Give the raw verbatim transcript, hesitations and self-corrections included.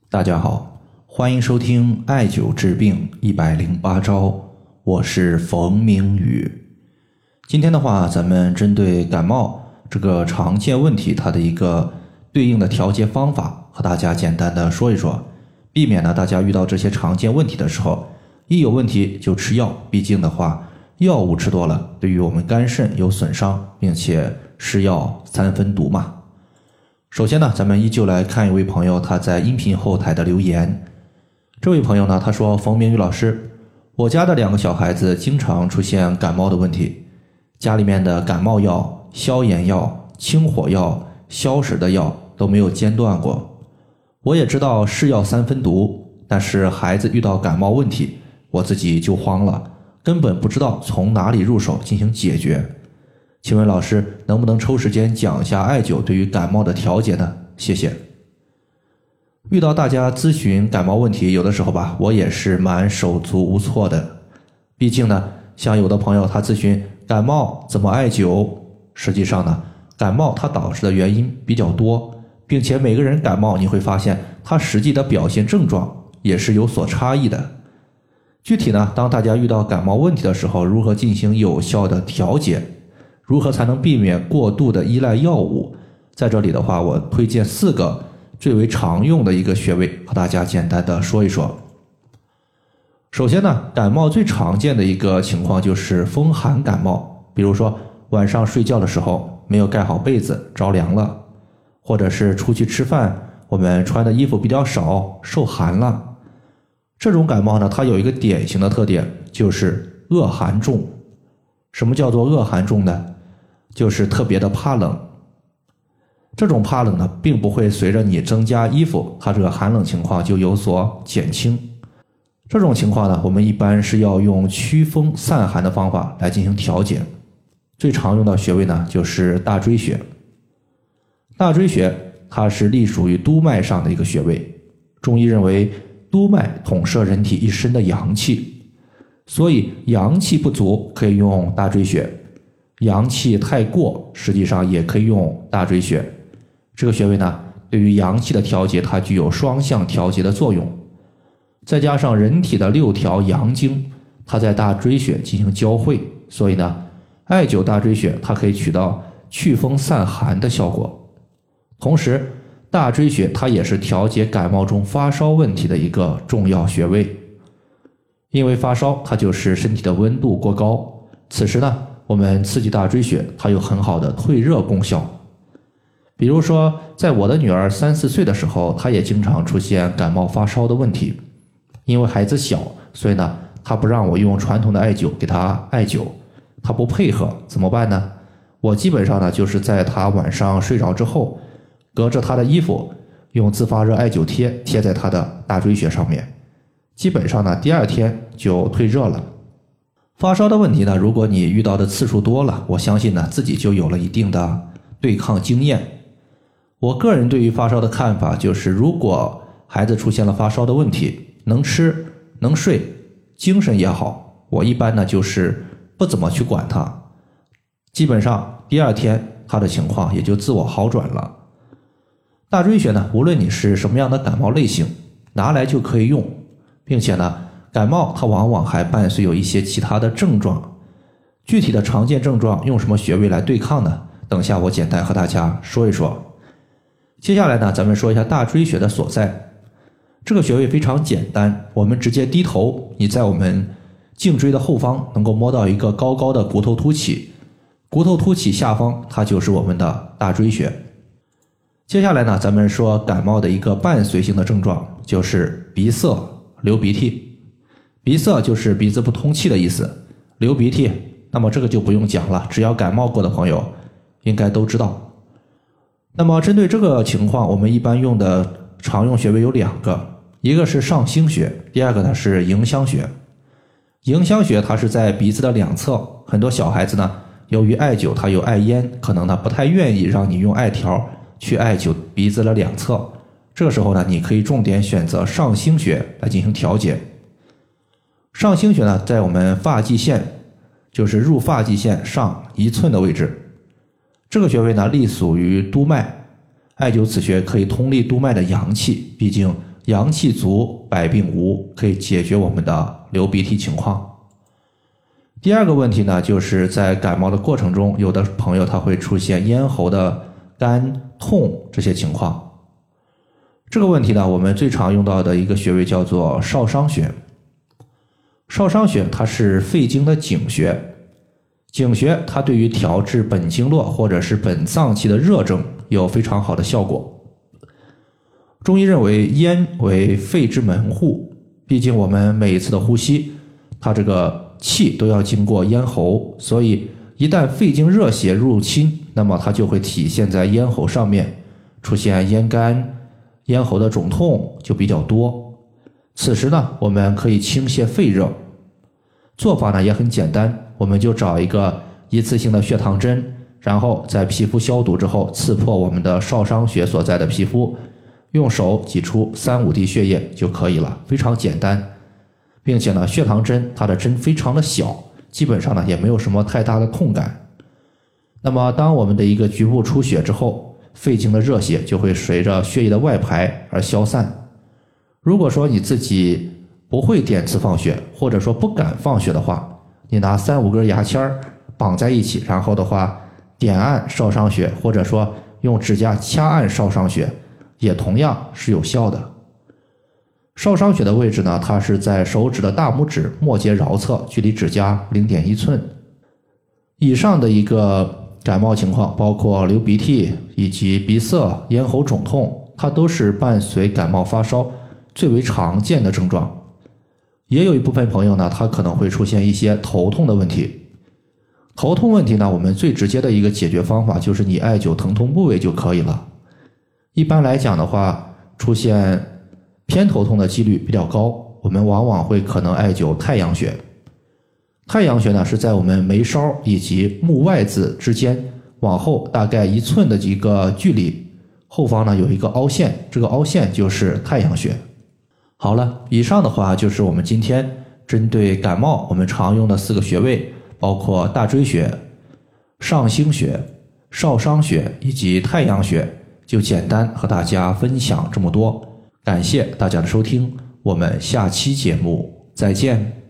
大家好，欢迎收听艾灸治病一百零八招，我是冯明宇。今天的话，咱们针对感冒这个常见问题，它的一个对应的调节方法，和大家简单的说一说，避免呢大家遇到这些常见问题的时候，一有问题就吃药，毕竟的话，药物吃多了，对于我们肝肾有损伤，并且是药三分毒嘛。首先呢，咱们依旧来看一位朋友他在音频后台的留言。这位朋友呢，他说：冯明宇老师，我家的两个小孩子经常出现感冒的问题，家里面的感冒药、消炎药、清火药、消食的药都没有间断过。我也知道是药三分毒，但是孩子遇到感冒问题，我自己就慌了，根本不知道从哪里入手进行解决。请问老师能不能抽时间讲一下艾灸对于感冒的调节呢？谢谢。遇到大家咨询感冒问题，有的时候吧，我也是蛮手足无措的。毕竟呢，像有的朋友他咨询感冒怎么艾灸，实际上呢，感冒它导致的原因比较多，并且每个人感冒你会发现它实际的表现症状也是有所差异的。具体呢，当大家遇到感冒问题的时候，如何进行有效的调节，如何才能避免过度的依赖药物？在这里的话，我推荐四个最为常用的一个穴位，和大家简单的说一说。首先呢，感冒最常见的一个情况就是风寒感冒，比如说晚上睡觉的时候没有盖好被子，着凉了，或者是出去吃饭，我们穿的衣服比较少，受寒了。这种感冒呢，它有一个典型的特点，就是恶寒重。什么叫做恶寒重呢？就是特别的怕冷。这种怕冷呢，并不会随着你增加衣服，它这个寒冷情况就有所减轻。这种情况呢，我们一般是要用驱风散寒的方法来进行调节。最常用的穴位呢，就是大椎穴。大椎穴它是隶属于督脉上的一个穴位，中医认为督脉统摄人体一身的阳气，所以阳气不足可以用大椎穴，阳气太过实际上也可以用大椎穴。这个穴位呢，对于阳气的调节它具有双向调节的作用，再加上人体的六条阳经它在大椎穴进行交汇，所以呢，艾灸大椎穴它可以起到祛风散寒的效果。同时大椎穴它也是调节感冒中发烧问题的一个重要穴位。因为发烧它就是身体的温度过高，此时呢，我们刺激大椎穴它有很好的退热功效。比如说在我的女儿三四岁的时候，她也经常出现感冒发烧的问题。因为孩子小，所以呢，她不让我用传统的艾灸给她艾灸，她不配合，怎么办呢？我基本上呢，就是在她晚上睡着之后，隔着她的衣服，用自发热艾灸贴贴在她的大椎穴上面，基本上呢，第二天就退热了。发烧的问题呢，如果你遇到的次数多了，我相信呢，自己就有了一定的对抗经验。我个人对于发烧的看法就是，如果孩子出现了发烧的问题，能吃能睡，精神也好，我一般呢就是不怎么去管他，基本上第二天他的情况也就自我好转了。大椎穴呢，无论你是什么样的感冒类型，拿来就可以用，并且呢，感冒它往往还伴随有一些其他的症状，具体的常见症状用什么穴位来对抗呢？等下我简单和大家说一说。接下来呢，咱们说一下大椎穴的所在。这个穴位非常简单，我们直接低头，你在我们颈椎的后方能够摸到一个高高的骨头凸起，骨头凸起下方它就是我们的大椎穴。接下来呢，咱们说感冒的一个伴随性的症状，就是鼻塞、流鼻涕。鼻塞就是鼻子不通气的意思，流鼻涕，那么这个就不用讲了，只要感冒过的朋友应该都知道。那么针对这个情况，我们一般用的常用穴位有两个，一个是上星穴，第二个呢是迎香穴。迎香穴它是在鼻子的两侧，很多小孩子呢，由于艾灸它有艾烟，可能呢不太愿意让你用艾条去艾灸鼻子的两侧，这个时候呢，你可以重点选择上星穴来进行调节。上星穴呢，在我们发际线，就是入发际线上一寸的位置。这个穴位呢，隶属于督脉，艾灸此穴可以通利督脉的阳气，毕竟阳气足，百病无，可以解决我们的流鼻涕情况。第二个问题呢，就是在感冒的过程中，有的朋友他会出现咽喉的干、痛这些情况。这个问题呢，我们最常用到的一个穴位叫做少商穴。少商穴它是肺经的井穴，井穴它对于调治本经络或者是本脏器的热症有非常好的效果。中医认为咽为肺之门户，毕竟我们每一次的呼吸，它这个气都要经过咽喉，所以一旦肺经热邪入侵，那么它就会体现在咽喉上面，出现咽干、咽喉的肿痛就比较多。此时呢，我们可以清泻肺热，做法呢也很简单，我们就找一个一次性的血糖针，然后在皮肤消毒之后，刺破我们的少商穴所在的皮肤，用手挤出三五滴血液就可以了，非常简单。并且呢，血糖针它的针非常的小，基本上呢也没有什么太大的痛感。那么当我们的一个局部出血之后，肺经的热邪就会随着血液的外排而消散。如果说你自己不会点刺放血，或者说不敢放血的话，你拿三五根牙签绑在一起，然后的话点按少商穴，或者说用指甲掐按少商穴，也同样是有效的。少商穴的位置呢，它是在手指的大拇指末节桡侧，距离指甲 零点一寸。以上的一个感冒情况，包括流鼻涕以及鼻塞、咽喉肿痛，它都是伴随感冒发烧最为常见的症状。也有一部分朋友呢，他可能会出现一些头痛的问题。头痛问题呢，我们最直接的一个解决方法就是你艾灸疼痛部位就可以了。一般来讲的话，出现偏头痛的几率比较高，我们往往会可能艾灸太阳穴。太阳穴呢，是在我们眉梢以及目外眦之间往后大概一寸的一个距离，后方呢有一个凹陷，这个凹陷就是太阳穴。好了，以上的话就是我们今天针对感冒我们常用的四个穴位，包括大椎穴、上星穴、少商穴以及太阳穴，就简单和大家分享这么多。感谢大家的收听，我们下期节目再见。